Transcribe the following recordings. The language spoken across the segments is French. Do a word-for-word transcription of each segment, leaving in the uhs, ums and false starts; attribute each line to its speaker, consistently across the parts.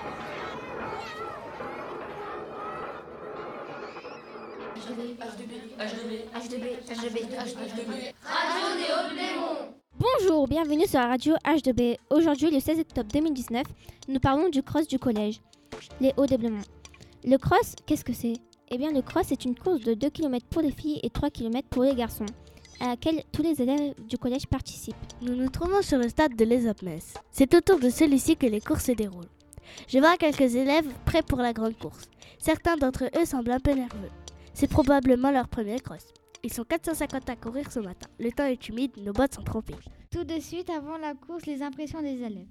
Speaker 1: Bonjour, bienvenue sur la radio H deux B. Aujourd'hui, le seize octobre deux mille dix-neuf, nous parlons du cross du collège, les Hauts-de-Blémont. Le cross, qu'est-ce que c'est ? Eh bien, le cross est une course de deux kilomètres pour les filles et trois kilomètres pour les garçons, à laquelle tous les élèves du collège participent.
Speaker 2: Nous nous trouvons sur le stade de l'Ezapmes. C'est autour de celui-ci que les courses se déroulent. Je vois quelques élèves prêts pour la grande course. Certains d'entre eux semblent un peu nerveux. C'est probablement leur premier cross. Ils sont quatre cent cinquante à courir ce matin. Le temps est humide, nos bottes sont trempées.
Speaker 3: Tout de suite, avant la course, les impressions des élèves.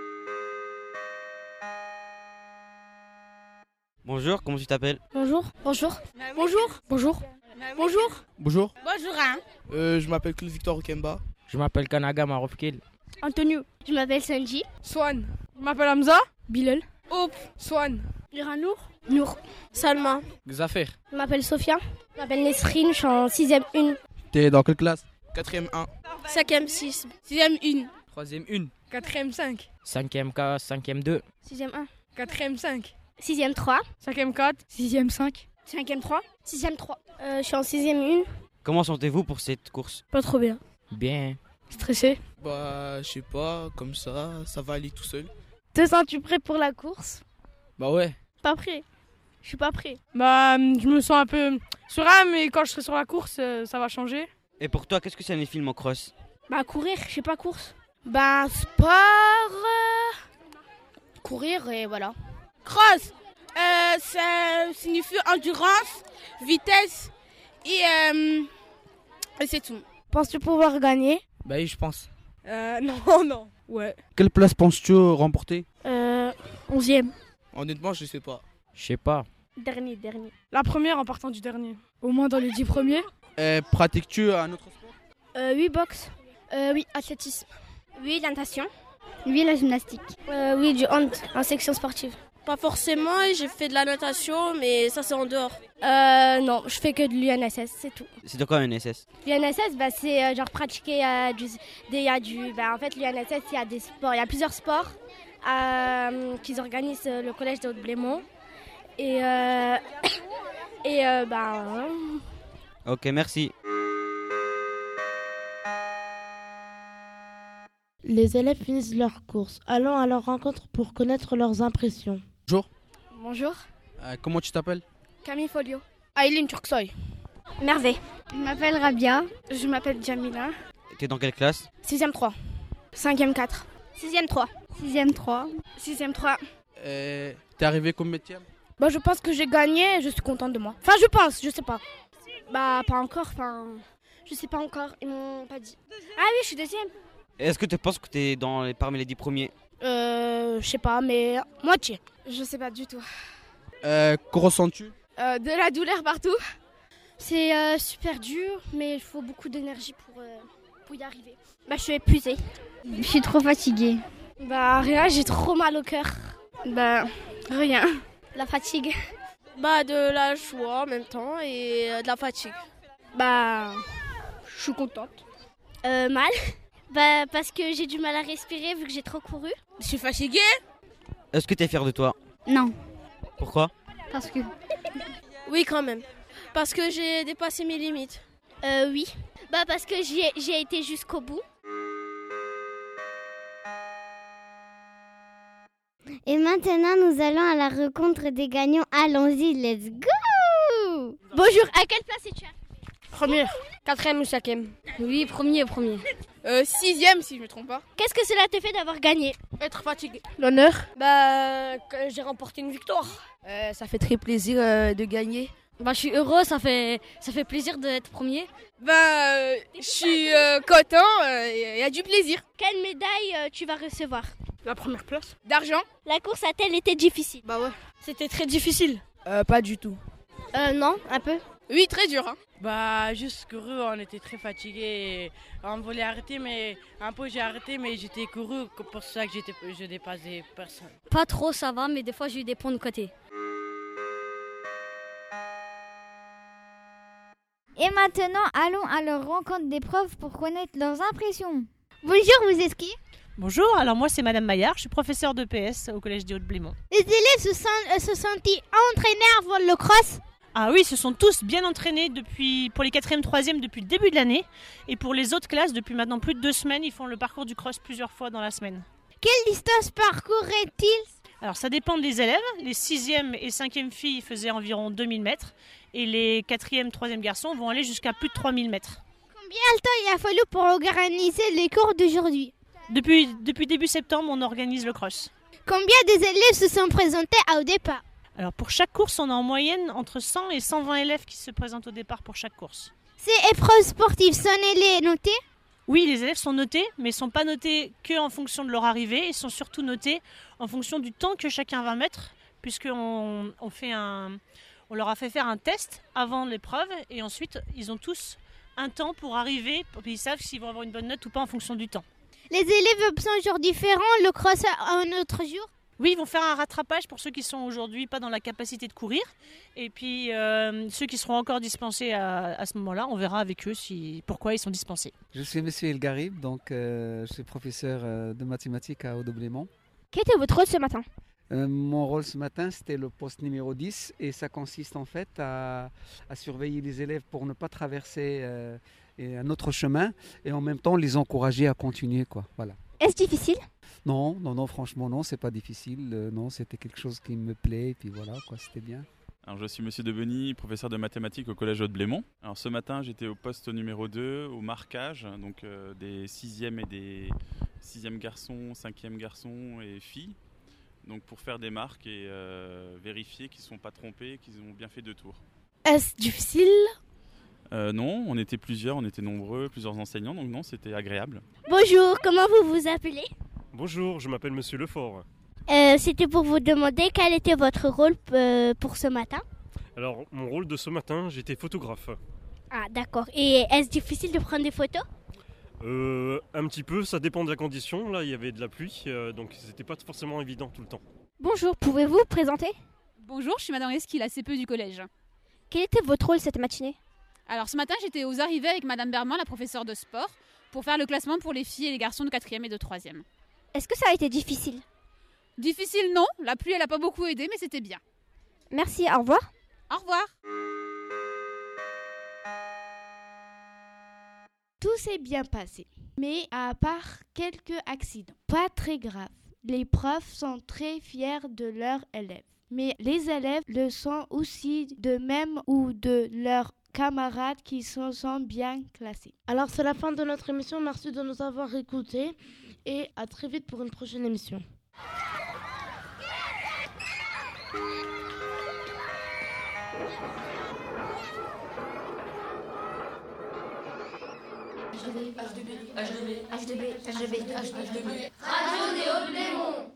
Speaker 4: Bonjour, comment tu t'appelles ?
Speaker 5: Bonjour. Bonjour. Bonjour. Bonjour. Bonjour.
Speaker 6: Bonjour.
Speaker 5: Bonjour. Hein.
Speaker 6: Euh, je m'appelle Claude Victor Okemba.
Speaker 7: Je m'appelle Kanaga Marofkil.
Speaker 5: Antonio.
Speaker 8: Je m'appelle Sanji.
Speaker 5: Swan. Je m'appelle Hamza.
Speaker 8: Bilal.
Speaker 5: Hope. Swan.
Speaker 8: Iranour.
Speaker 5: Nour.
Speaker 8: Salma.
Speaker 7: Xafer.
Speaker 8: Je m'appelle Sophia. Je m'appelle Nesrine, je suis en sixième un.
Speaker 6: T'es dans quelle classe ? Quatrième un.
Speaker 8: cinquième six.
Speaker 5: sixième un.
Speaker 7: Troisième une.
Speaker 5: Quatrième cinq.
Speaker 7: Cinquième K, cinquième deux.
Speaker 8: sixième un.
Speaker 5: Quatrième cinq.
Speaker 8: sixième trois.
Speaker 5: Cinquième quatre.
Speaker 8: Sixième cinq. Cinquième trois. Sixième trois. Euh, je suis en sixième un.
Speaker 4: Comment sentez-vous pour cette course ?
Speaker 8: Pas trop bien.
Speaker 7: Bien.
Speaker 8: Stressé.
Speaker 6: Bah, je sais pas, comme ça, ça va aller tout seul.
Speaker 8: Te sens-tu prêt pour la course ?
Speaker 7: Bah ouais.
Speaker 8: Pas prêt. Je suis pas prêt.
Speaker 5: Bah, je me sens un peu serein, mais quand je serai sur la course, ça va changer.
Speaker 4: Et pour toi, qu'est-ce que c'est un film en cross ?
Speaker 8: Bah, courir, je sais pas, course. Bah, sport. euh, Courir et voilà.
Speaker 5: Cross, euh, ça signifie endurance, vitesse et, euh, et c'est tout.
Speaker 8: Penses-tu pouvoir gagner ?
Speaker 7: Bah oui, je pense.
Speaker 5: Euh, non, non, ouais.
Speaker 6: Quelle place penses-tu remporter ?
Speaker 8: Euh, onzième.
Speaker 6: Honnêtement, je sais pas.
Speaker 7: Je sais pas.
Speaker 8: Dernier, dernier.
Speaker 5: La première en partant du dernier. Au moins dans les dix premiers.
Speaker 6: Euh, pratiques-tu un autre sport ?
Speaker 8: Euh, oui, boxe. Euh, oui, athlétisme. Oui, la natation.
Speaker 3: Oui, la gymnastique.
Speaker 8: Euh, oui, du hand en section sportive.
Speaker 9: Pas forcément, j'ai fait de la natation, mais ça c'est en dehors.
Speaker 8: Euh, non, je fais que de l'U N S S, c'est tout.
Speaker 4: C'est de quoi un S S ?
Speaker 8: L'U N S S, bah, c'est euh, genre pratiquer euh, du, des, y a du, bah, en fait, l'U N S S, il y a des sports, il y a plusieurs sports euh, qu'ils organisent euh, le collège de Haut-de-Blémont. Et, euh, et euh, bah... Euh...
Speaker 4: Ok, merci.
Speaker 10: Les élèves finissent leur course. Allons à leur rencontre pour connaître leurs impressions.
Speaker 6: Bonjour.
Speaker 8: Bonjour.
Speaker 6: Euh, comment tu t'appelles ?
Speaker 8: Camille Folio.
Speaker 5: Aileen Turksoy.
Speaker 8: Merveille.
Speaker 3: Je m'appelle Rabia.
Speaker 8: Je m'appelle Jamila.
Speaker 4: T'es dans quelle classe ?
Speaker 8: Sixième trois. Cinquième quatre. Sixième trois.
Speaker 3: Sixième trois.
Speaker 8: Sixième trois.
Speaker 6: Euh, T'es arrivé combien de tiers ?
Speaker 8: Bah, je pense que j'ai gagné et je suis contente de moi. Enfin, je pense, je sais pas. Bah, pas encore, enfin... Je sais pas encore, ils m'ont pas dit. Ah oui, je suis deuxième.
Speaker 4: Est-ce que tu penses que t'es dans les, parmi les dix premiers ?
Speaker 8: Euh, je sais pas, mais moitié. Je sais pas du tout.
Speaker 6: Euh, que ressens-tu ?
Speaker 8: Euh, de la douleur partout. C'est euh, super dur, mais il faut beaucoup d'énergie pour, euh, pour y arriver. Bah, je suis épuisée.
Speaker 3: Je suis trop fatiguée.
Speaker 8: Bah, rien, j'ai trop mal au cœur. Bah, rien. La fatigue.
Speaker 9: Bah de la joie en même temps et de la fatigue.
Speaker 8: Bah, je suis contente.
Speaker 11: Euh, mal. Bah parce que j'ai du mal à respirer vu que j'ai trop couru.
Speaker 9: Je suis fatiguée.
Speaker 4: Est-ce que t'es fière de toi ?
Speaker 3: Non.
Speaker 4: Pourquoi ?
Speaker 3: Parce que...
Speaker 9: Oui quand même. Parce que j'ai dépassé mes limites.
Speaker 11: Euh, oui. Bah parce que j'y ai, j'y ai été jusqu'au bout.
Speaker 3: Et maintenant, nous allons à la rencontre des gagnants. Allons-y, let's go!
Speaker 11: Bonjour, à quelle place es-tu arrivé ?
Speaker 5: Première, quatrième ou cinquième ?
Speaker 8: Oui, premier, premier.
Speaker 5: Euh, sixième si je me trompe pas.
Speaker 11: Qu'est-ce que cela te fait d'avoir gagné ?
Speaker 5: Être fatigué.
Speaker 8: L'honneur ?
Speaker 9: Bah, j'ai remporté une victoire.
Speaker 8: Euh, ça fait très plaisir euh, de gagner.
Speaker 12: Bah, je suis heureux, ça fait, ça fait plaisir d'être premier.
Speaker 5: Bah, euh, je suis euh, content, il euh, y a du plaisir.
Speaker 11: Quelle médaille euh, tu vas recevoir ?
Speaker 5: La première place. D'argent.
Speaker 11: La course a-t-elle été difficile ?
Speaker 5: Bah ouais.
Speaker 12: C'était très difficile.
Speaker 8: Euh, pas du tout.
Speaker 11: Euh, non, un peu.
Speaker 5: Oui, très dur. Hein.
Speaker 13: Bah, juste couru, on était très fatigués. On voulait arrêter, mais un peu j'ai arrêté, mais j'étais couru, pour ça que j'étais, je dépassais personne.
Speaker 12: Pas trop, ça va, mais des fois j'ai eu des points de côté.
Speaker 3: Et maintenant, allons à leur rencontre des profs pour connaître leurs impressions.
Speaker 11: Bonjour, vous êtes qui ?
Speaker 14: Bonjour, alors moi c'est Madame Maillard, je suis professeure de P S au collège des Hauts-de-Blémont.
Speaker 15: Les élèves se, sont, euh, se sont-ils entraînés avant le cross?
Speaker 14: Ah oui, ils se sont tous bien entraînés depuis, pour les quatrième, troisième depuis le début de l'année. Et pour les autres classes, depuis maintenant plus de deux semaines, ils font le parcours du cross plusieurs fois dans la semaine.
Speaker 15: Quelle distance parcouraient-ils?
Speaker 14: Alors ça dépend des élèves. Les sixième et cinquième filles faisaient environ deux mille mètres. Et les quatrième, troisième garçons vont aller jusqu'à plus de trois mille mètres.
Speaker 15: Combien de temps il a fallu pour organiser les cours d'aujourd'hui?
Speaker 14: Depuis, depuis début septembre, on organise le cross.
Speaker 15: Combien des élèves se sont présentés au départ?
Speaker 14: Alors pour chaque course, on a en moyenne entre cent et cent vingt élèves qui se présentent au départ pour chaque course.
Speaker 15: Ces épreuves sportives sont-elles notées?
Speaker 14: Oui, les élèves sont notés, mais ils ne sont pas notés qu'en fonction de leur arrivée. Ils sont surtout notés en fonction du temps que chacun va mettre, puisqu'on on fait un, on leur a fait faire un test avant l'épreuve et ensuite ils ont tous un temps pour arriver, puis ils savent s'ils vont avoir une bonne note ou pas en fonction du temps.
Speaker 15: Les élèves sont jours différents, le cross un autre jour?
Speaker 14: Oui, ils vont faire un rattrapage pour ceux qui sont aujourd'hui pas dans la capacité de courir. Et puis euh, ceux qui seront encore dispensés à, à ce moment-là, on verra avec eux si, pourquoi ils sont dispensés.
Speaker 16: Je suis Monsieur El Garib, donc euh, je suis professeur euh, de mathématiques à Hauts-de-Blémont.
Speaker 1: Quel était votre rôle ce matin?
Speaker 16: euh, Mon rôle ce matin, c'était le poste numéro dix et ça consiste en fait à, à surveiller les élèves pour ne pas traverser euh, un autre chemin et en même temps les encourager à continuer, quoi. Voilà.
Speaker 1: Est-ce difficile?
Speaker 16: Non, non, non, franchement, non, c'est pas difficile. Euh, non, c'était quelque chose qui me plaît, et puis voilà, quoi, c'était bien.
Speaker 17: Alors, je suis Monsieur Debeny, professeur de mathématiques au Collège Hauts-de-Blémont. Alors, ce matin, j'étais au poste numéro deux, au marquage, donc euh, des sixièmes et des sixièmes garçons, cinquièmes garçons et filles. Donc, pour faire des marques et euh, vérifier qu'ils ne sont pas trompés, qu'ils ont bien fait deux tours.
Speaker 10: Est-ce difficile?
Speaker 17: Euh, non, on était plusieurs, on était nombreux, plusieurs enseignants, donc non, c'était agréable.
Speaker 11: Bonjour, comment vous vous appelez?
Speaker 18: Bonjour, je m'appelle Monsieur Lefort.
Speaker 11: Euh, C'était pour vous demander quel était votre rôle euh, pour ce matin.
Speaker 18: Alors, mon rôle de ce matin, j'étais photographe.
Speaker 11: Ah, d'accord. Et est-ce difficile de prendre des photos?
Speaker 18: Euh, un petit peu, ça dépend de la condition. Là, il y avait de la pluie, euh, donc c'était pas forcément évident tout le temps.
Speaker 1: Bonjour, pouvez-vous vous présenter?
Speaker 19: Bonjour, je suis Madame Reski, la C P E du collège.
Speaker 1: Quel était votre rôle cette matinée?
Speaker 19: Alors ce matin, j'étais aux arrivées avec Madame Berman, la professeure de sport, pour faire le classement pour les filles et les garçons de quatrième et de troisième.
Speaker 1: Est-ce que ça a été difficile?
Speaker 19: Difficile, non. La pluie, elle n'a pas beaucoup aidé, mais c'était bien.
Speaker 1: Merci, au revoir.
Speaker 19: Au revoir.
Speaker 10: Tout s'est bien passé, mais à part quelques accidents, pas très graves. Les profs sont très fiers de leurs élèves, mais les élèves le sont aussi de même ou de leurs camarades qui se sont bien classés. Alors c'est la fin de notre émission, merci de nous avoir écoutés et à très vite pour une prochaine émission.
Speaker 20: H deux B, H deux B, H deux B, H deux B, H deux B, H deux B. Radio des Hauts-de-Blémont.